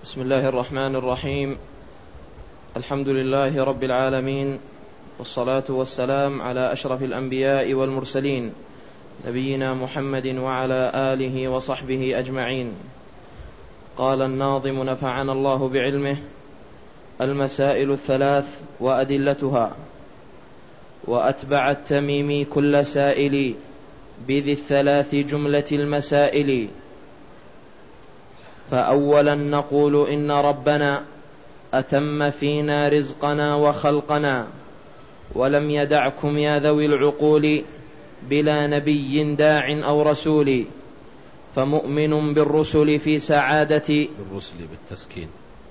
بسم الله الرحمن الرحيم. الحمد لله رب العالمين، والصلاة والسلام على أشرف الأنبياء والمرسلين، نبينا محمد وعلى آله وصحبه أجمعين. قال الناظم نفعنا الله بعلمه: المسائل الثلاث وأدلتها، وأتبع التميمي كل سائل بذي الثلاث جملة المسائل. فأولا نقول إن ربنا أتم فينا رزقنا وخلقنا، ولم يدعكم يا ذوي العقول بلا نبي داع أو رسول. فمؤمن بالرسل في سعادة، بالرسل بالتسكين،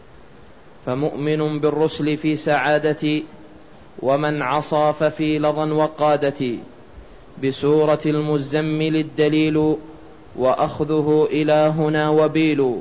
فمؤمن بالرسل في سعادة، ومن عصى ففي لظى وقادة. بسورة المزمل الدليل، وأخذه إلهنا وبيل.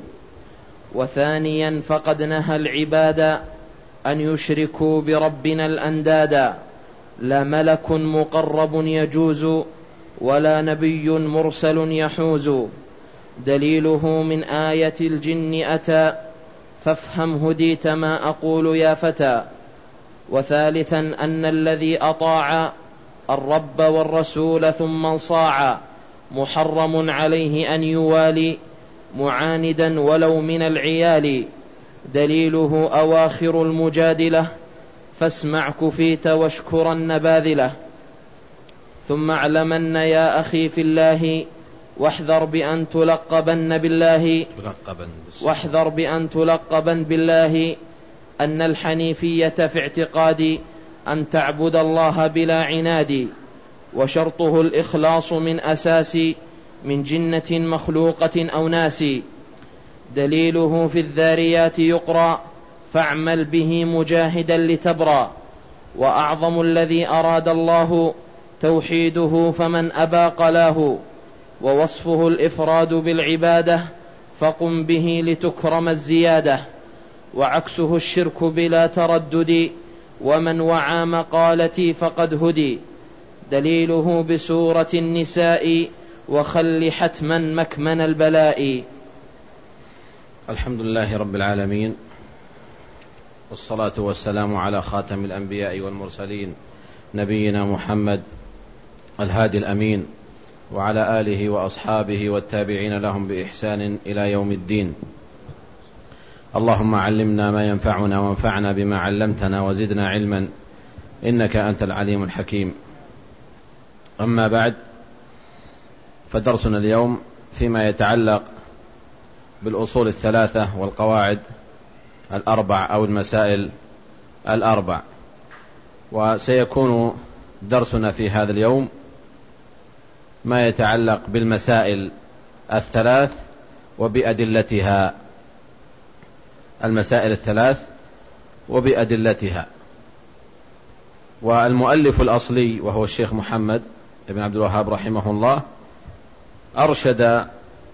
وثانيا فقد نهى العباد أن يشركوا بربنا الأندادا، لا ملك مقرب يجوز ولا نبي مرسل يحوز. دليله من آية الجن أتى، فافهم هديت ما أقول يا فتى. وثالثا أن الذي أطاع الرب والرسول ثم انصاع، محرم عليه أن يوالي معاندا ولو من العيال. دليله أواخر المجادلة، فاسمع كفيت واشكرن باذلة. ثم اعلمن يا أخي في الله، واحذر بأن تلقبن بالله، واحذر بأن تلقبن بالله أن الحنيفية في اعتقادي أن تعبد الله بلا عناد. وشرطه الإخلاص من أساس، من جنة مخلوقة أو ناس. دليله في الذاريات يقرأ، فاعمل به مجاهدا لتبرى. وأعظم الذي أراد الله توحيده، فمن أبى قلاه. ووصفه الإفراد بالعبادة، فقم به لتكرم الزيادة. وعكسه الشرك بلا تردد، ومن وعى مقالتي فقد هدي. دليله بسورة النساء، وخل حتما مكمن البلاء. الحمد لله رب العالمين، والصلاة والسلام على خاتم الأنبياء والمرسلين، نبينا محمد الهادي الأمين، وعلى آله وأصحابه والتابعين لهم بإحسان إلى يوم الدين. اللهم علمنا ما ينفعنا، وانفعنا بما علمتنا، وزدنا علما، إنك أنت العليم الحكيم. أما بعد، فدرسنا اليوم فيما يتعلق بالأصول الثلاثة والقواعد الأربع أو المسائل الأربع. وسيكون درسنا في هذا اليوم ما يتعلق بالمسائل الثلاث وبأدلتها، المسائل الثلاث وبأدلتها. والمؤلف الأصلي وهو الشيخ محمد بن عبد الوهاب رحمه الله أرشد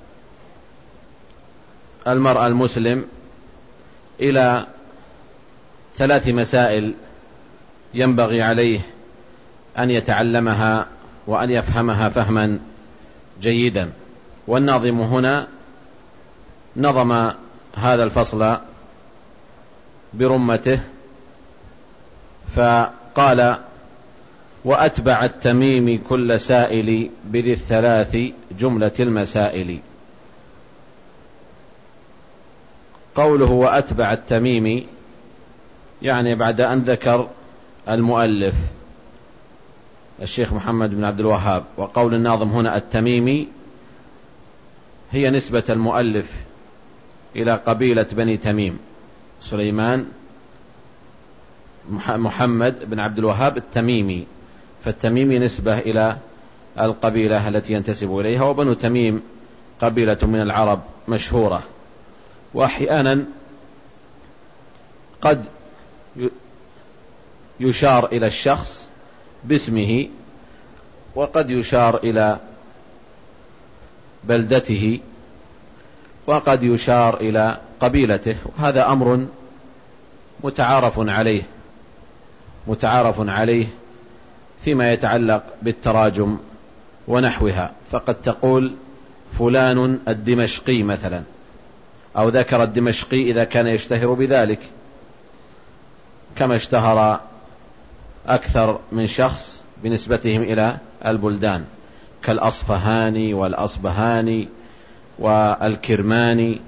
المرء المسلم إلى ثلاث مسائل ينبغي عليه أن يتعلمها وأن يفهمها فهما جيدا. والناظم هنا نظم هذا الفصل برمته، فقال: وأتبع التميم كل سائل بذي الثلاث جملة المسائل. قوله وأتبع التميم يعني بعد أن ذكر المؤلف الشيخ محمد بن عبد الوهاب، وقول الناظم هنا التميمي هي نسبة المؤلف إلى قبيلة بني تميم، سليمان محمد بن عبد الوهاب التميمي، فالتميمي نسبة إلى القبيلة التي ينتسب إليها. وبنو تميم قبيلة من العرب مشهورة. وأحيانا قد يشار إلى الشخص باسمه، وقد يشار إلى بلدته، وقد يشار إلى قبيلته. وهذا أمر متعارف عليه فيما يتعلق بالتراجم ونحوها. فقد تقول فلان الدمشقي مثلا، أو ذكر الدمشقي إذا كان يشتهر بذلك، كما اشتهر أكثر من شخص بنسبتهم إلى البلدان كالأصفهاني والأصبهاني والكرماني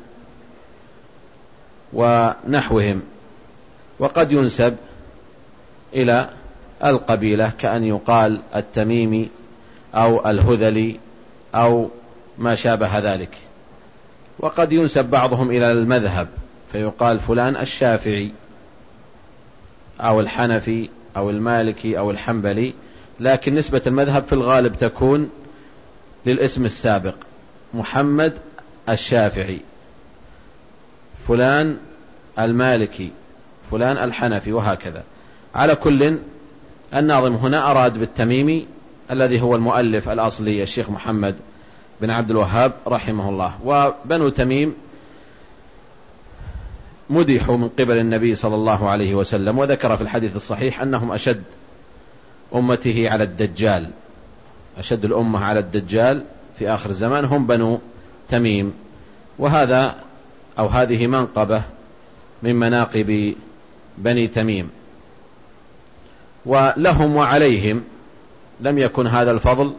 ونحوهم. وقد ينسب إلى القبيلة كأن يقال التميمي أو الهذلي أو ما شابه ذلك. وقد ينسب بعضهم إلى المذهب فيقال فلان الشافعي أو الحنفي أو المالكي أو الحنبلي، لكن نسبة المذهب في الغالب تكون للاسم السابق، محمد الشافعي، فلان المالكي، فلان الحنفي، وهكذا. على كل، الناظم هنا أراد بالتميمي الذي هو المؤلف الأصلي الشيخ محمد بن عبد الوهاب رحمه الله. وبنو تميم مدحوا من قبل النبي صلى الله عليه وسلم، وذكر في الحديث الصحيح أنهم أشد أمته على الدجال، أشد الأمة على الدجال في آخر الزمان هم بنو تميم. وهذا أو هذه منقبة من مناقب بني تميم، ولهم وعليهم، لم يكن هذا الفضل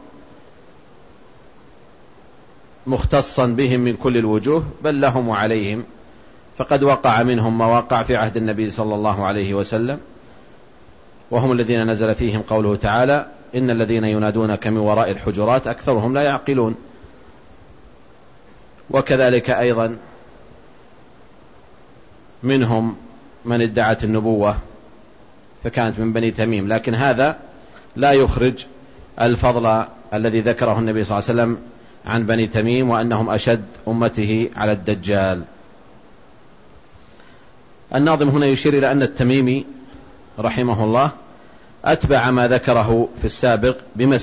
مختصا بهم من كل الوجوه، بل لهم وعليهم، فقد وقع منهم ما وقع في عهد النبي صلى الله عليه وسلم، وهم الذين نزل فيهم قوله تعالى: إن الذين ينادونك من وراء الحجرات أكثرهم لا يعقلون. وكذلك أيضا منهم من ادعت النبوة فكانت من بني تميم، لكن هذا لا يخرج الفضل الذي ذكره النبي صلى الله عليه وسلم عن بني تميم وأنهم أشد أمته على الدجال. الناظم هنا يشير إلى أن التميمي رحمه الله أتبع ما ذكره في السابق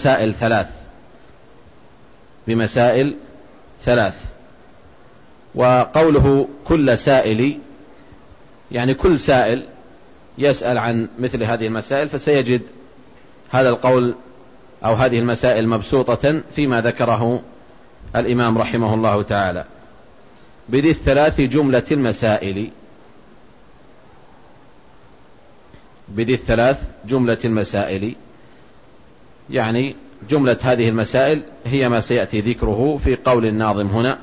بمسائل ثلاث. وقوله كل سائل يعني كل سائل يسأل عن مثل هذه المسائل فسيجد هذا القول أو هذه المسائل مبسوطة فيما ذكره الإمام رحمه الله تعالى. بذي الثلاث جملة المسائل، بذي الثلاث جملة المسائل، يعني جملة هذه المسائل هي ما سيأتي ذكره في قول الناظم هنا: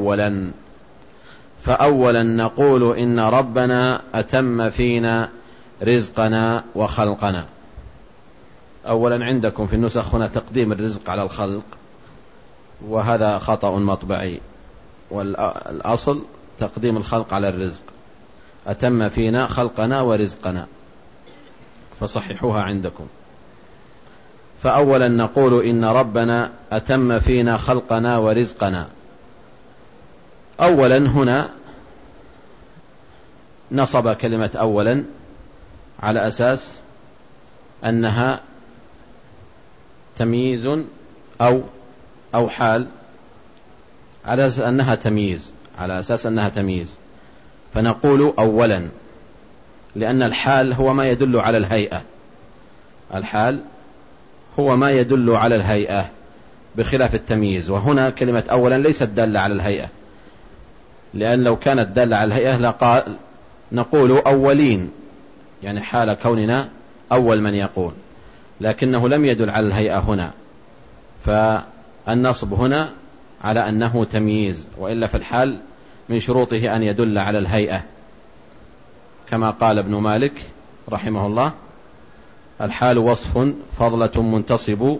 فأولا نقول إن ربنا أتم فينا رزقنا وخلقنا. أولا عندكم في النسخ هنا تقديم الرزق على الخلق، وهذا خطأ مطبعي، والأصل تقديم الخلق على الرزق. أتم فينا خلقنا ورزقنا، فصححوها عندكم. فأولا نقول إن ربنا أتم فينا خلقنا ورزقنا. أولا هنا نصب كلمة أولا على أساس أنها تمييز أو حال، على أساس أنها تمييز، على أساس أنها تمييز، فنقول أولا، لأن الحال هو ما يدل على الهيئة، الحال هو ما يدل على الهيئة بخلاف التمييز. وهنا كلمة أولا ليست دالة على الهيئة، لأن لو كانت دالة على الهيئة نقول أولين، يعني حال كوننا أول من يقول، لكنه لم يدل على الهيئة هنا، فالنصب هنا على أنه تمييز، وإلا في الحال من شروطه أن يدل على الهيئة، كما قال ابن مالك رحمه الله: الحال وصف فضلة منتصب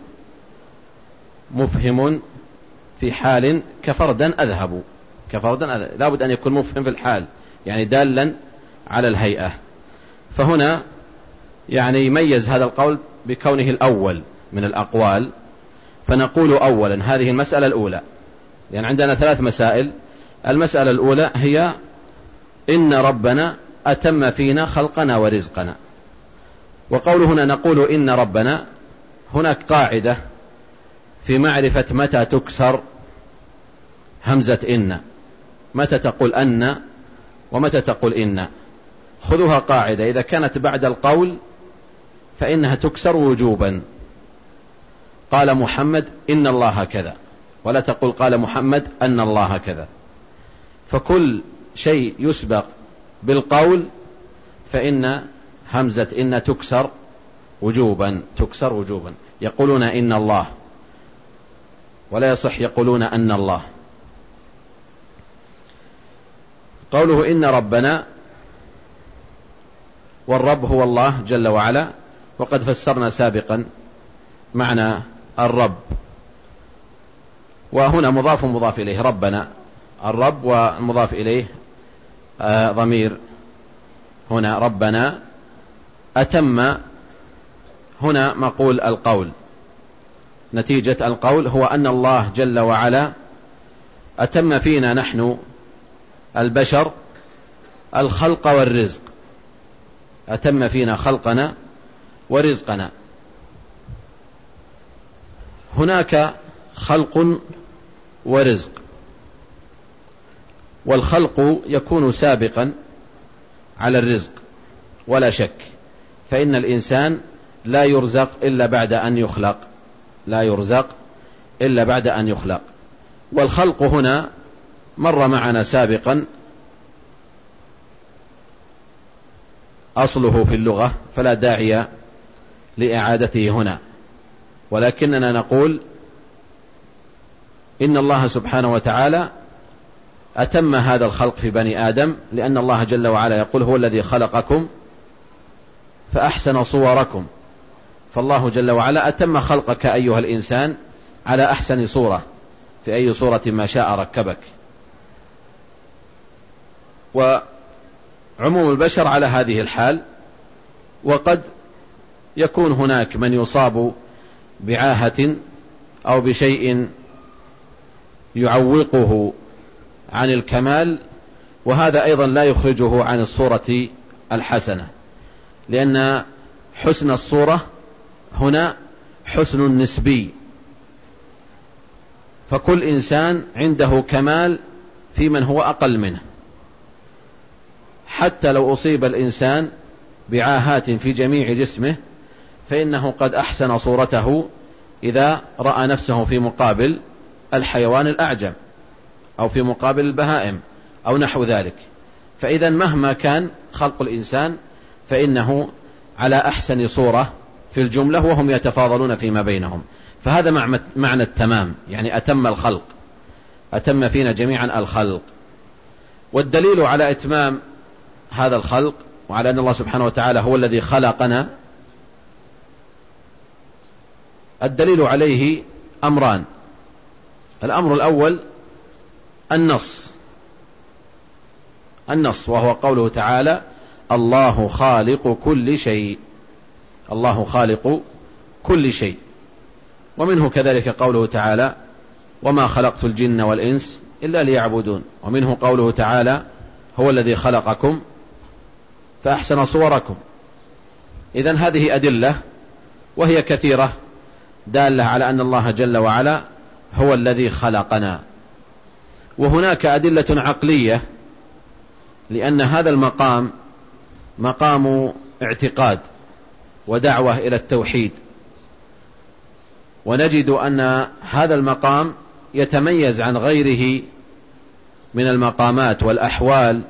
مفهم في حال كفردا أذهب. لا بد أن يكون مفهم في الحال، يعني دالا على الهيئة. فهنا يعني يميز هذا القول بكونه الأول من الأقوال، فنقول أولا هذه المسألة الأولى، لأن عندنا ثلاث مسائل. المسألة الأولى هي إن ربنا أتم فينا خلقنا ورزقنا. وقول هنا نقول إن ربنا، هناك قاعدة في معرفة متى تكسر همزة إن، متى تقول أن ومتى تقول إن. خذوها قاعدة: إذا كانت بعد القول فإنها تكسر وجوبا. قال محمد إن الله كذا، ولا تقول قال محمد أن الله كذا. فكل شيء يسبق بالقول فإن همزة إن تكسر وجوبا، تكسر وجوبا. يقولون إن الله، ولا يصح يقولون أن الله. قوله إن ربنا، والرب هو الله جل وعلا، وقد فسرنا سابقا معنى الرب، وهنا مضاف مضاف إليه، ربنا الرب والمضاف إليه ضمير هنا ربنا. أتم هنا مقول القول، نتيجة القول هو أن الله جل وعلا أتم فينا نحن البشر الخلق والرزق، أتم فينا خلقنا ورزقنا. هناك خلق ورزق، والخلق يكون سابقا على الرزق ولا شك، فإن الإنسان لا يرزق إلا بعد أن يخلق، لا يرزق إلا بعد أن يخلق. والخلق هنا مر معنا سابقا أصله في اللغة، فلا داعي لإعادته هنا، ولكننا نقول إن الله سبحانه وتعالى أتم هذا الخلق في بني آدم، لأن الله جل وعلا يقول هو الذي خلقكم فأحسن صوركم، فالله جل وعلا أتم خلقك أيها الإنسان على أحسن صورة، في أي صورة ما شاء ركبك. وعموم البشر على هذه الحال، وقد يكون هناك من يصاب بعاهة أو بشيء يعوقه عن الكمال، وهذا أيضا لا يخرجه عن الصورة الحسنة، لأن حسن الصورة هنا حسن نسبي، فكل إنسان عنده كمال في من هو أقل منه. حتى لو أصيب الإنسان بعاهات في جميع جسمه فإنه قد أحسن صورته إذا رأى نفسه في مقابل الحيوان الأعجم أو في مقابل البهائم أو نحو ذلك. فإذا مهما كان خلق الإنسان فإنه على أحسن صورة في الجملة، وهم يتفاضلون فيما بينهم. فهذا معنى التمام، يعني أتم الخلق، أتم فينا جميعا الخلق. والدليل على إتمام هذا الخلق وعلى أن الله سبحانه وتعالى هو الذي خلقنا، الدليل عليه أمران. الأمر الأول النص، وهو قوله تعالى الله خالق كل شيء، الله خالق كل شيء. ومنه كذلك قوله تعالى وما خلقت الجن والإنس إلا ليعبدون. ومنه قوله تعالى هو الذي خلقكم فأحسن صوركم. إذن هذه أدلة وهي كثيرة دالة على أن الله جل وعلا هو الذي خلقنا. وهناك أدلة عقلية، لأن هذا المقام مقام اعتقاد ودعوة إلى التوحيد، ونجد أن هذا المقام يتميز عن غيره من المقامات والأحوال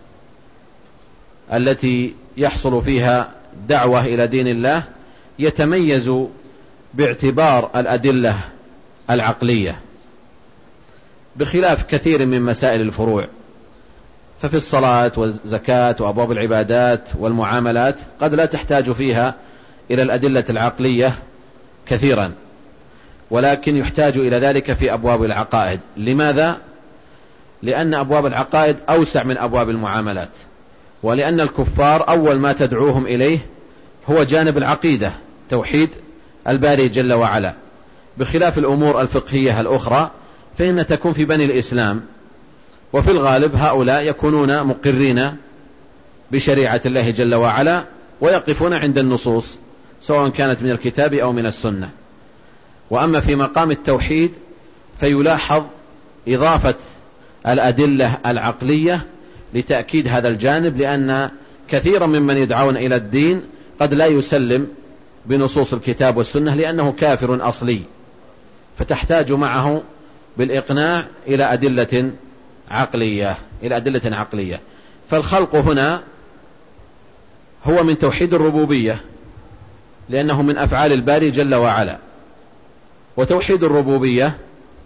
التي يحصل فيها دعوة إلى دين الله، يتميز باعتبار الأدلة العقلية بخلاف كثير من مسائل الفروع. ففي الصلاة والزكاة وأبواب العبادات والمعاملات قد لا تحتاج فيها إلى الأدلة العقلية كثيرا، ولكن يحتاج إلى ذلك في أبواب العقائد. لماذا؟ لأن أبواب العقائد أوسع من أبواب المعاملات، ولأن الكفار أول ما تدعوهم إليه هو جانب العقيدة، توحيد الباري جل وعلا، بخلاف الأمور الفقهية الأخرى فإن تكون في بني الإسلام. وفي الغالب هؤلاء يكونون مقرين بشريعة الله جل وعلا ويقفون عند النصوص سواء كانت من الكتاب أو من السنة. وأما في مقام التوحيد فيلاحظ إضافة الأدلة العقلية لتأكيد هذا الجانب، لأن كثيرا ممن يدعون إلى الدين قد لا يسلم بنصوص الكتاب والسنة لأنه كافر أصلي، فتحتاج معه بالإقناع إلى أدلة عقلية، إلى أدلة عقلية. فالخلق هنا هو من توحيد الربوبية، لأنه من أفعال الباري جل وعلا. وتوحيد الربوبية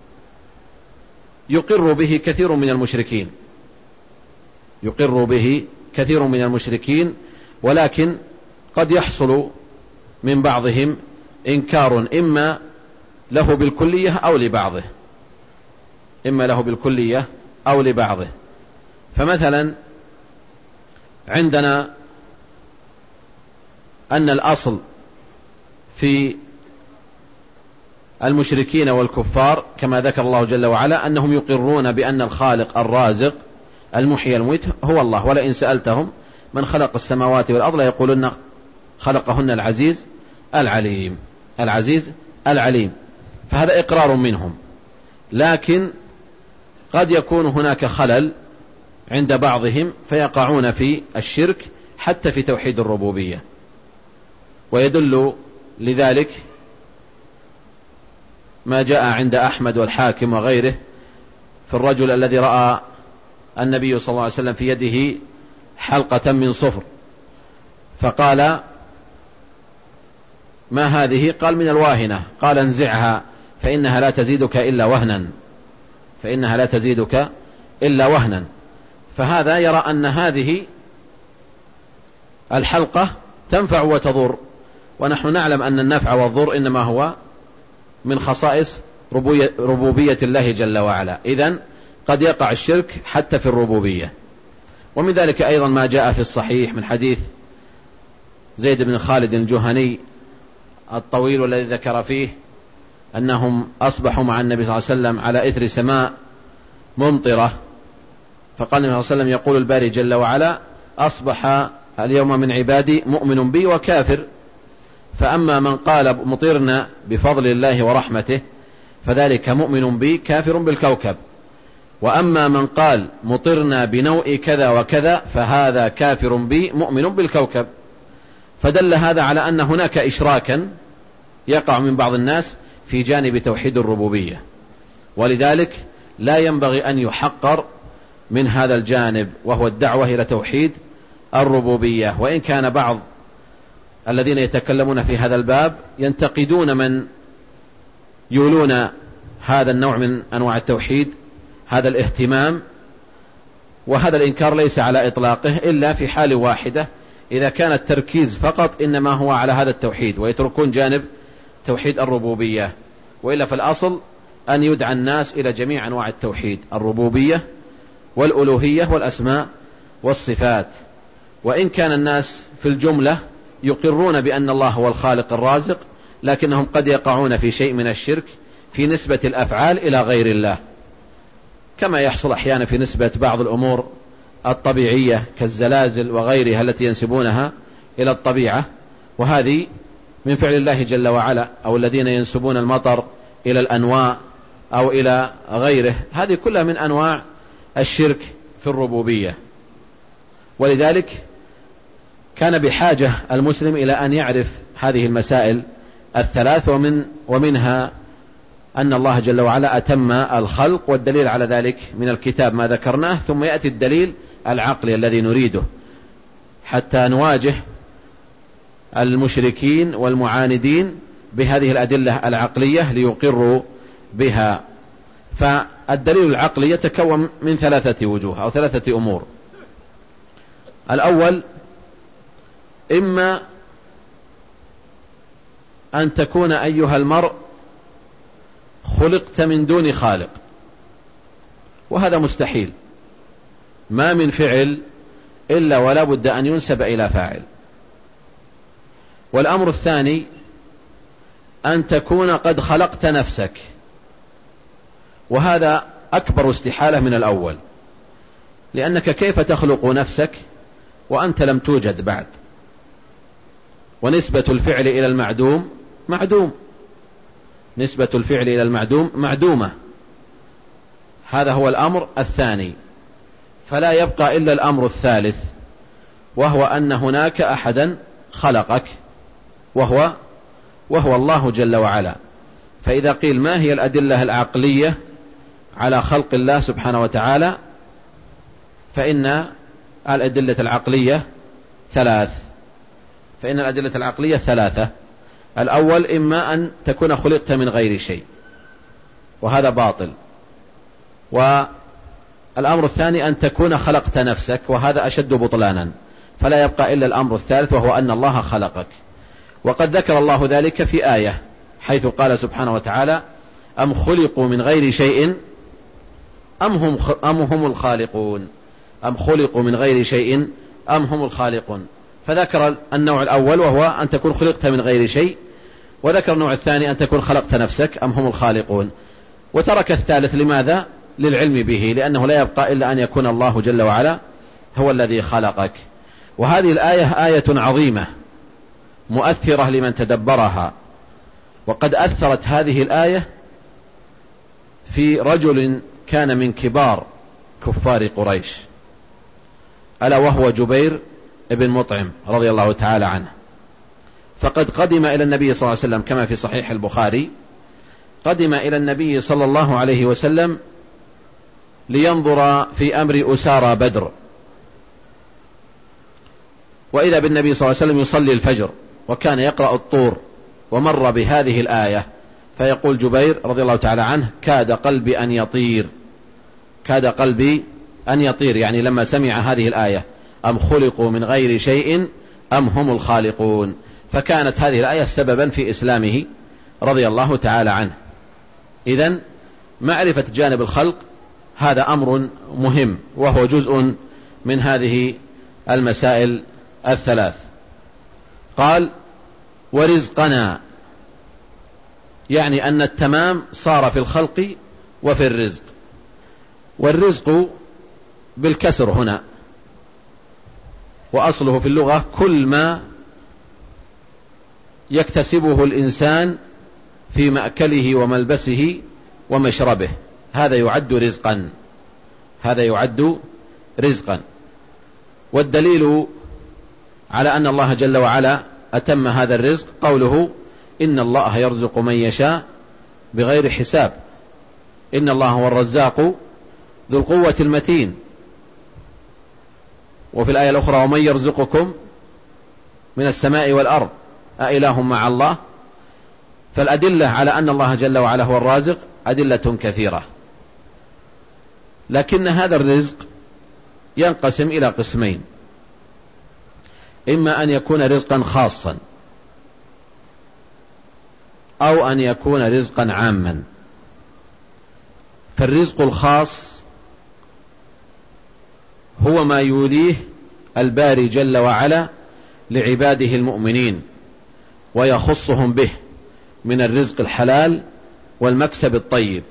يقر به كثير من المشركين، يقر به كثير من المشركين، ولكن قد يحصل من بعضهم إنكار إما له بالكلية أو لبعضه، إما له بالكلية أو لبعضه. فمثلا عندنا أن الأصل في المشركين والكفار كما ذكر الله جل وعلا أنهم يقرون بأن الخالق الرازق المحيي المميت هو الله، ولئن سألتهم من خلق السماوات والأرض ليقولن خلقهن العزيز العليم، العزيز العليم. فهذا إقرار منهم، لكن قد يكون هناك خلل عند بعضهم فيقعون في الشرك حتى في توحيد الربوبية. ويدل لذلك ما جاء عند أحمد والحاكم وغيره في الرجل الذي رأى النبي صلى الله عليه وسلم في يده حلقة من صفر، فقال ما هذه؟ قال من الواهنة. قال انزعها فإنها لا تزيدك إلا وهنا، فإنها لا تزيدك إلا وهنا. فهذا يرى أن هذه الحلقة تنفع وتضر، ونحن نعلم أن النفع والضر إنما هو من خصائص ربوبية الله جل وعلا. إذن قد يقع الشرك حتى في الربوبية. ومن ذلك أيضا ما جاء في الصحيح من حديث زيد بن خالد الجهني الطويل الذي ذكر فيه أنهم أصبحوا مع النبي صلى الله عليه وسلم على إثر سماء ممطرة، فقال النبي صلى الله عليه وسلم يقول الباري جل وعلا أصبح اليوم من عبادي مؤمن بي وكافر، فأما من قال مطرنا بفضل الله ورحمته فذلك مؤمن بي كافر بالكوكب، وأما من قال مطرنا بنوء كذا وكذا فهذا كافر بي مؤمن بالكوكب. فدل هذا على أن هناك إشراكا يقع من بعض الناس في جانب توحيد الربوبية، ولذلك لا ينبغي أن يحقر من هذا الجانب وهو الدعوة إلى توحيد الربوبية. وإن كان بعض الذين يتكلمون في هذا الباب ينتقدون من يولون هذا النوع من أنواع التوحيد هذا الاهتمام، وهذا الإنكار ليس على إطلاقه إلا في حال واحدة، إذا كان التركيز فقط إنما هو على هذا التوحيد ويتركون جانب توحيد الربوبية. وإلا فالأصل أن يدعى الناس إلى جميع أنواع التوحيد، الربوبية والألوهية والأسماء والصفات. وإن كان الناس في الجملة يقرون بأن الله هو الخالق الرازق، لكنهم قد يقعون في شيء من الشرك في نسبة الأفعال إلى غير الله، كما يحصل أحيانا في نسبة بعض الأمور الطبيعية كالزلازل وغيرها التي ينسبونها إلى الطبيعة، وهذه من فعل الله جل وعلا. أو الذين ينسبون المطر إلى الأنواع أو إلى غيره، هذه كلها من أنواع الشرك في الربوبية. ولذلك كان بحاجة المسلم إلى أن يعرف هذه المسائل الثلاث، ومنها أن الله جل وعلا أتم الخلق، والدليل على ذلك من الكتاب ما ذكرناه، ثم يأتي الدليل العقلي الذي نريده حتى نواجه المشركين والمعاندين بهذه الأدلة العقلية ليقروا بها. فالدليل العقلي يتكون من 3 وجوه أو 3 أمور. الأول إما أن تكون أيها المرء خلقت من دون خالق، وهذا مستحيل، ما من فعل إلا ولا بد أن ينسب إلى فاعل. والأمر الثاني أن تكون قد خلقت نفسك، وهذا أكبر استحالة من الأول، لأنك كيف تخلق نفسك وأنت لم توجد بعد؟ ونسبة الفعل إلى المعدوم معدوم، نسبة الفعل إلى المعدوم معدومة. هذا هو الأمر الثاني. فلا يبقى إلا الأمر الثالث، وهو أن هناك أحدا خلقك وهو الله جل وعلا. فإذا قيل ما هي الأدلة العقلية على خلق الله سبحانه وتعالى، فإن الأدلة العقلية ثلاثة. الأول إما أن تكون خلقت من غير شيء، وهذا باطل. والأمر الثاني أن تكون خلقت نفسك، وهذا أشد بطلانا، فلا يبقى إلا الأمر الثالث، وهو أن الله خلقك. وقد ذكر الله ذلك في آية، حيث قال سبحانه وتعالى: أم خلقوا من غير شيء أم هم الخالقون. أم خلقوا من غير شيء أم هم الخالقون. فذكر النوع الأول وهو أن تكون خلقت من غير شيء، وذكر النوع الثاني أن تكون خلقت نفسك أم هم الخالقون، وترك الثالث. لماذا؟ للعلم به، لأنه لا يبقى إلا أن يكون الله جل وعلا هو الذي خلقك. وهذه الآية آية عظيمة مؤثرة لمن تدبرها. وقد أثرت هذه الآية في رجل كان من كبار كفار قريش، ألا وهو جبير ابن مطعم رضي الله تعالى عنه. فقد قدم إلى النبي صلى الله عليه وسلم كما في صحيح البخاري، قدم إلى النبي صلى الله عليه وسلم لينظر في أمر أسارى بدر، وإذا بالنبي صلى الله عليه وسلم يصلي الفجر وكان يقرأ الطور، ومر بهذه الآية، فيقول جبير رضي الله تعالى عنه: كاد قلبي أن يطير، يعني لما سمع هذه الآية: أم خلقوا من غير شيء أم هم الخالقون. فكانت هذه الآية سببا في إسلامه رضي الله تعالى عنه. إذن معرفة جانب الخلق هذا أمر مهم، وهو جزء من هذه المسائل الثلاث. قال: ورزقنا، يعني أن التمام صار في الخلق وفي الرزق. والرزق بالكسر هنا، وأصله في اللغة كل ما يكتسبه الإنسان في مأكله وملبسه ومشربه، هذا يعد رزقا. والدليل على أن الله جل وعلا أتم هذا الرزق قوله: إن الله يرزق من يشاء بغير حساب. إن الله هو الرزاق ذو القوة المتين. وفي الآية الأخرى: ومن يرزقكم من السماء والأرض أإله مع الله. فالأدلة على أن الله جل وعلا هو الرازق أدلة كثيرة، لكن هذا الرزق ينقسم إلى قسمين: إما أن يكون رزقا خاصا، أو أن يكون رزقا عاما. فالرزق الخاص هو ما يوليه الباري جل وعلا لعباده المؤمنين، ويخصهم به من الرزق الحلال والمكسب الطيب.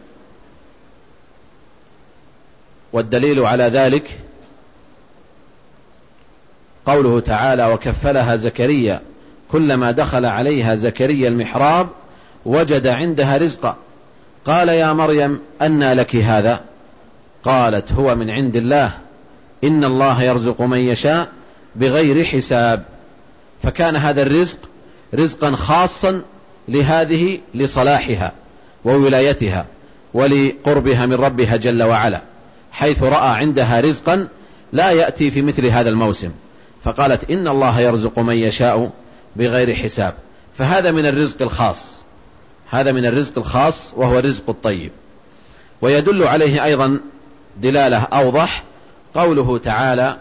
والدليل على ذلك قوله تعالى: وكفلها زكريا كلما دخل عليها زكريا المحراب وجد عندها رزقا قال يا مريم أنى لك هذا؟ قالت هو من عند الله إن الله يرزق من يشاء بغير حساب. فكان هذا الرزق رزقا خاصا لهذه لصلاحها وولايتها ولقربها من ربها جل وعلا، حيث رأى عندها رزقا لا يأتي في مثل هذا الموسم، فقالت إن الله يرزق من يشاء بغير حساب. فهذا من الرزق الخاص، هذا من الرزق الخاص وهو الرزق الطيب. ويدل عليه أيضا دلالة أوضح قوله تعالى: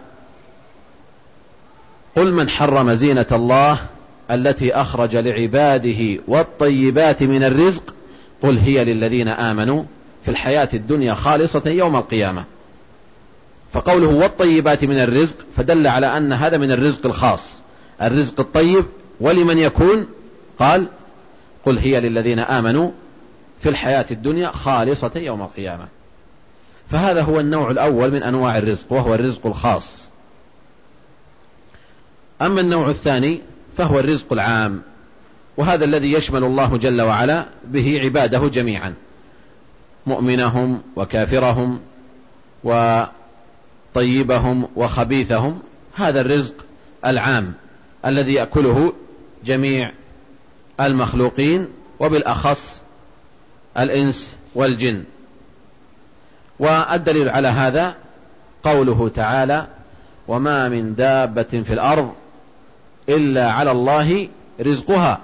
قل من حرم زينة الله التي أخرج لعباده والطيبات من الرزق قل هي للذين آمنوا في الحياة الدنيا خالصة يوم القيامة. فقوله والطيبات من الرزق فدل على أن هذا من الرزق الخاص، الرزق الطيب. ولمن يكون؟ قال قل هي للذين آمنوا في الحياة الدنيا خالصة يوم القيامة. فهذا هو النوع الأول من أنواع الرزق، وهو الرزق الخاص. أما النوع الثاني فهو الرزق العام، وهذا الذي يشمل الله جل وعلا به عباده جميعا، مؤمنهم وكافرهم وطيبهم وخبيثهم. هذا الرزق العام الذي يأكله جميع المخلوقين، وبالأخص الإنس والجن. والدليل على هذا قوله تعالى: وما من دابة في الأرض إلا على الله رزقها.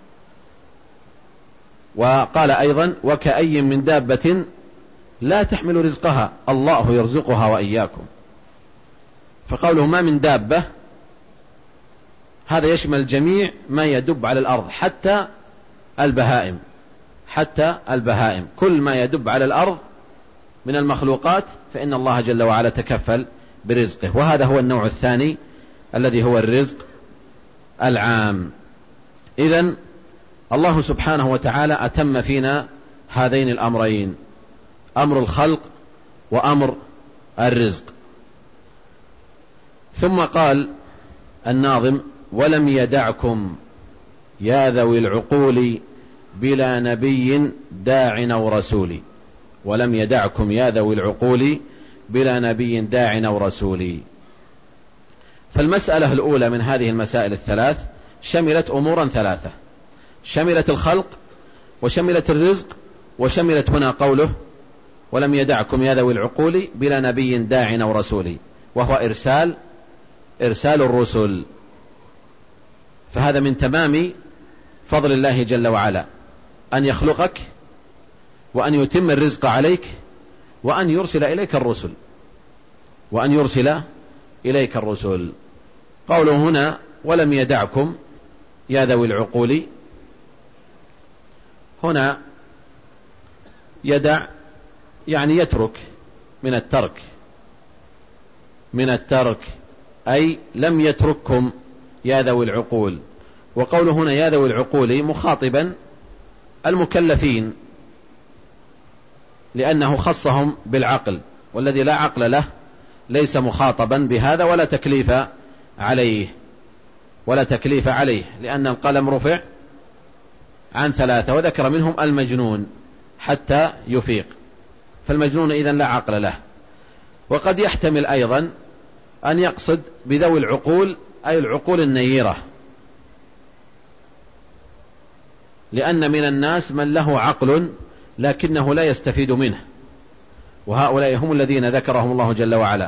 وقال أيضا: وكأي من دابة لا تحمل رزقها الله يرزقها وإياكم. فقوله ما من دابة هذا يشمل جميع ما يدب على الأرض، حتى البهائم، حتى البهائم، كل ما يدب على الأرض من المخلوقات فإن الله جل وعلا تكفل برزقه. وهذا هو النوع الثاني الذي هو الرزق العام. إذن الله سبحانه وتعالى أتم فينا هذين الأمرين، أمر الخلق وأمر الرزق. ثم قال الناظم: ولم يدعكم يا ذوي العقول بلا نبي داع أو رسول. ولم يدعكم يا ذوي العقول بلا نبي داع أو رسول. فالمسألة الأولى من هذه المسائل الثلاث شملت أمورا ثلاثة، شملت الخلق وشملت الرزق وشملت هنا قوله: ولم يدعكم يا ذوي العقول بلا نبي داع أو رسول، وهو إرسال الرسل. فهذا من تمام فضل الله جل وعلا أن يخلقك وأن يتم الرزق عليك وأن يرسل إليك الرسل، وأن يرسل إليك الرسل. قوله هنا: ولم يدعكم يا ذوي العقول، هنا يدع يعني يترك، من الترك أي لم يترككم يا ذوي العقول. وقوله هنا يا ذوي العقول مخاطبا المكلفين، لأنه خصهم بالعقل، والذي لا عقل له ليس مخاطبا بهذا ولا تكليف عليه، لأن القلم رفع عن ثلاثة، وذكر منهم المجنون حتى يفيق، فالمجنون إذن لا عقل له. وقد يحتمل أيضا أن يقصد بذوي العقول أي العقول النيرة، لأن من الناس من له عقل لكنه لا يستفيد منه، وهؤلاء هم الذين ذكرهم الله جل وعلا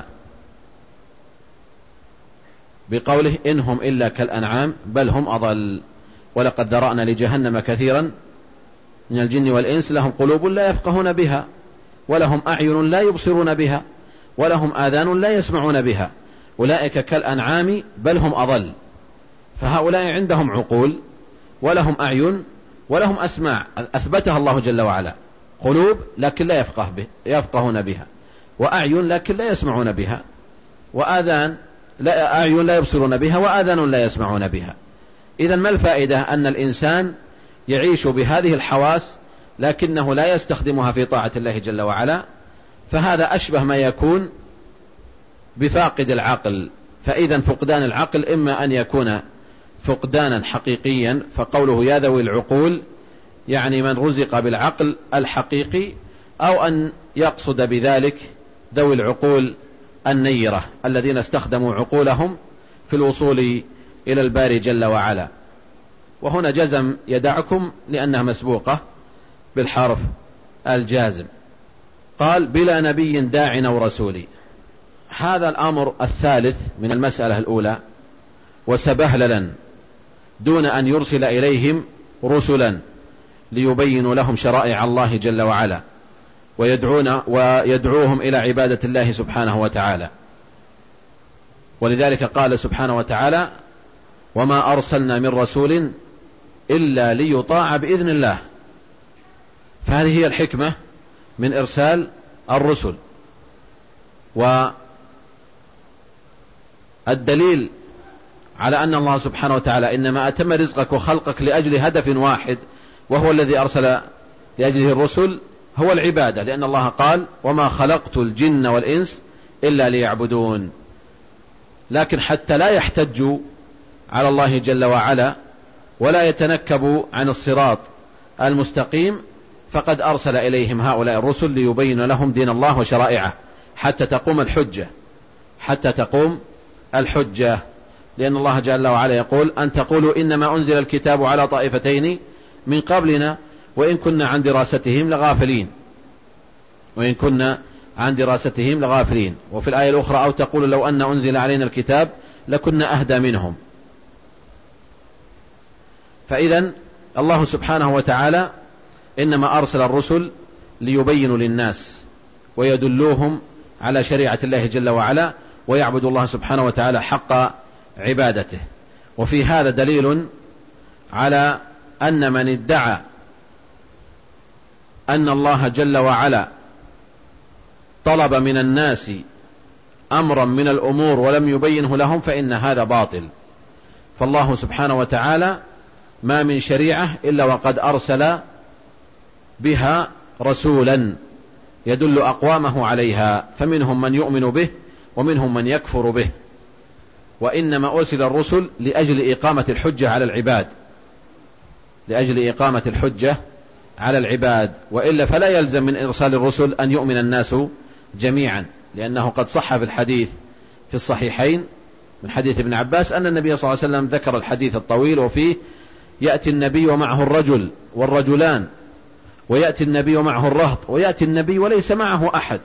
بقوله: إنهم إلا كالأنعام بل هم أضل. ولقد ذرأنا لجهنم كثيرا من الجن والإنس لهم قلوب لا يفقهون بها، ولهم أعين لا يبصرون بها، ولهم آذان لا يسمعون بها، أولئك كالأنعام بل هم أضل. فهؤلاء عندهم عقول ولهم أعين ولهم أسماع أثبتها الله جل وعلا، قلوب لكن لا يفقهون بها، وأعين لكن لا يسمعون بها، وآذان أعين لا يبصرون بها، وآذان لا يسمعون بها. إذن ما الفائدة أن الإنسان يعيش بهذه الحواس لكنه لا يستخدمها في طاعة الله جل وعلا؟ فهذا أشبه ما يكون بفاقد العقل. فإذا فقدان العقل إما أن يكون فقدانا حقيقيا، فقوله يا ذوي العقول يعني من رزق بالعقل الحقيقي، أو أن يقصد بذلك ذوي العقول النيرة الذين استخدموا عقولهم في الوصول إلى الباري جل وعلا. وهنا جزم يدعكم لأنها مسبوقة بالحرف الجازم. قال بلا نبي داع أو رسول. هذا الأمر الثالث من المسألة الأولى، وسبهللا دون أن يرسل إليهم رسلا ليبين لهم شرائع الله جل وعلا ويدعوهم إلى عبادة الله سبحانه وتعالى. ولذلك قال سبحانه وتعالى وما أرسلنا من رسول إلا ليطاع بإذن الله. فهذه هي الحكمة من إرسال الرسل. والدليل على أن الله سبحانه وتعالى إنما أتم رزقك وخلقك لأجل هدف واحد، وهو الذي أرسل لأجله الرسل، هو العبادة، لأن الله قال وما خلقت الجن والإنس إلا ليعبدون. لكن حتى لا يحتجوا على الله جل وعلا ولا يتنكبوا عن الصراط المستقيم، فقد أرسل إليهم هؤلاء الرسل ليبين لهم دين الله وشرائعه حتى تقوم الحجة. لأن الله جل وعلا يقول أن تقولوا إنما أنزل الكتاب على طائفتين من قبلنا وإن كنا عن دراستهم لغافلين. عن دراستهم لغافلين. وفي الآية الأخرى: أو تقول لو أن أنزل علينا الكتاب لكنا أهدى منهم. فإذن الله سبحانه وتعالى إنما أرسل الرسل ليبينوا للناس ويدلوهم على شريعة الله جل وعلا، ويعبدوا الله سبحانه وتعالى حق عبادته. وفي هذا دليل على أن من ادعى أن الله جل وعلا طلب من الناس أمرا من الأمور ولم يبينه لهم فإن هذا باطل. فالله سبحانه وتعالى ما من شريعة إلا وقد أرسل بها رسولا يدل أقوامه عليها، فمنهم من يؤمن به ومنهم من يكفر به. وإنما أرسل الرسل لأجل إقامة الحجة على العباد، لأجل إقامة الحجة على العباد، وإلا فلا يلزم من إرسال الرسل أن يؤمن الناس جميعا، لأنه قد صح في الحديث في الصحيحين من حديث ابن عباس أن النبي صلى الله عليه وسلم ذكر الحديث الطويل، وفيه: يأتي النبي ومعه الرجل والرجلان، ويأتي النبي ومعه الرهط، ويأتي النبي وليس معه أحد.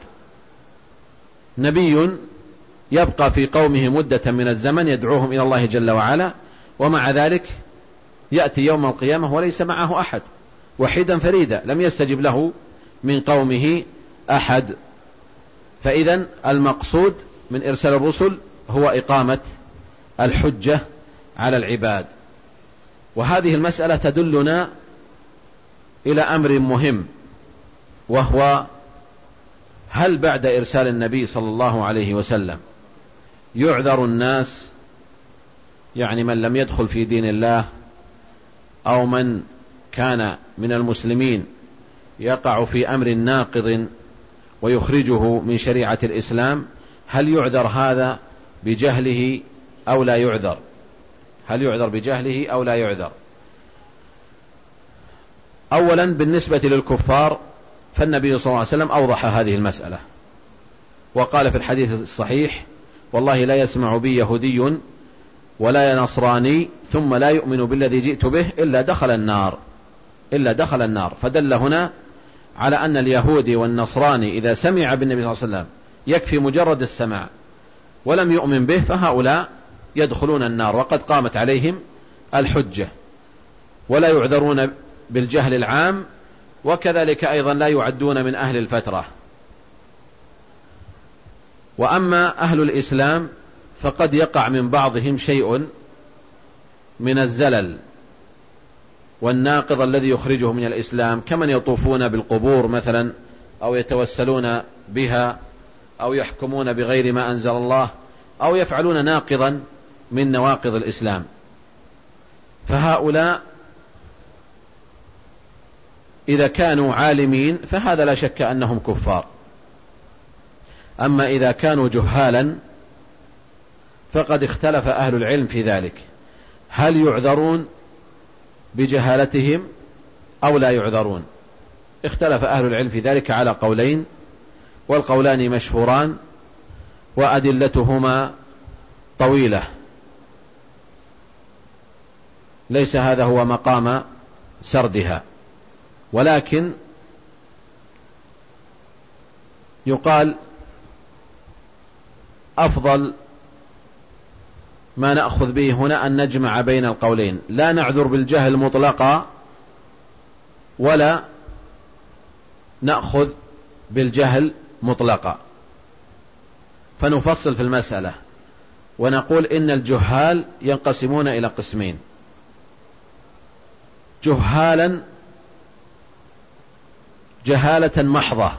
نبي يبقى في قومه مدة من الزمن يدعوهم إلى الله جل وعلا، ومع ذلك يأتي يوم القيامة وليس معه أحد، وحيدا فريدا لم يستجب له من قومه أحد. فإذن المقصود من إرسال الرسل هو إقامة الحجة على العباد. وهذه المسألة تدلنا إلى أمر مهم، وهو: هل بعد إرسال النبي صلى الله عليه وسلم يعذر الناس، يعني من لم يدخل في دين الله أو من كان من المسلمين يقع في أمر ناقض ويخرجه من شريعة الإسلام، هل يعذر هذا بجهله أو لا يعذر؟ هل يعذر بجهله أو لا يعذر؟ أولا بالنسبة للكفار فالنبي صلى الله عليه وسلم أوضح هذه المسألة، وقال في الحديث الصحيح: والله لا يسمع بي يهودي ولا نصراني ثم لا يؤمن بالذي جئت به إلا دخل النار. فدل هنا على أن اليهودي والنصراني إذا سمع بالنبي صلى الله عليه وسلم يكفي مجرد السماع ولم يؤمن به فهؤلاء يدخلون النار، وقد قامت عليهم الحجة، ولا يعذرون بالجهل العام، وكذلك أيضا لا يعدون من أهل الفترة. وأما أهل الإسلام فقد يقع من بعضهم شيء من الزلل والناقض الذي يخرجه من الإسلام، كمن يطوفون بالقبور مثلا، أو يتوسلون بها، أو يحكمون بغير ما أنزل الله، أو يفعلون ناقضا من نواقض الإسلام. فهؤلاء إذا كانوا عالمين فهذا لا شك أنهم كفار. أما إذا كانوا جهالا فقد اختلف أهل العلم في ذلك، هل يعذرون بجهالتهم أو لا يعذرون؟ اختلف أهل العلم في ذلك على قولين، والقولان مشهوران وأدلتهما طويلة، ليس هذا هو مقام سردها، ولكن يقال أفضل ما نأخذ به هنا أن نجمع بين القولين، لا نعذر بالجهل مطلقا ولا نأخذ بالجهل مطلقا، فنفصل في المسألة ونقول إن الجهال ينقسمون إلى قسمين: جهالا جهالة محضة،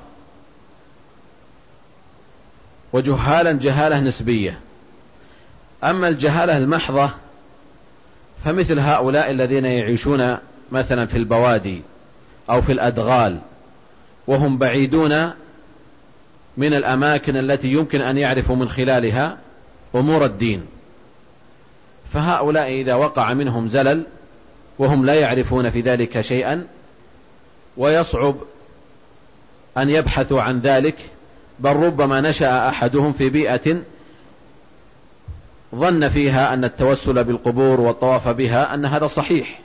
وجهالا جهالة نسبية. أما الجهالة المحضة فمثل هؤلاء الذين يعيشون مثلا في البوادي أو في الأدغال، وهم بعيدون من الأماكن التي يمكن أن يعرفوا من خلالها أمور الدين، فهؤلاء إذا وقع منهم زلل وهم لا يعرفون في ذلك شيئا، ويصعب أن يبحثوا عن ذلك، بل ربما نشأ أحدهم في بيئة ظن فيها أن التوسل بالقبور والطواف بها أن هذا صحيح،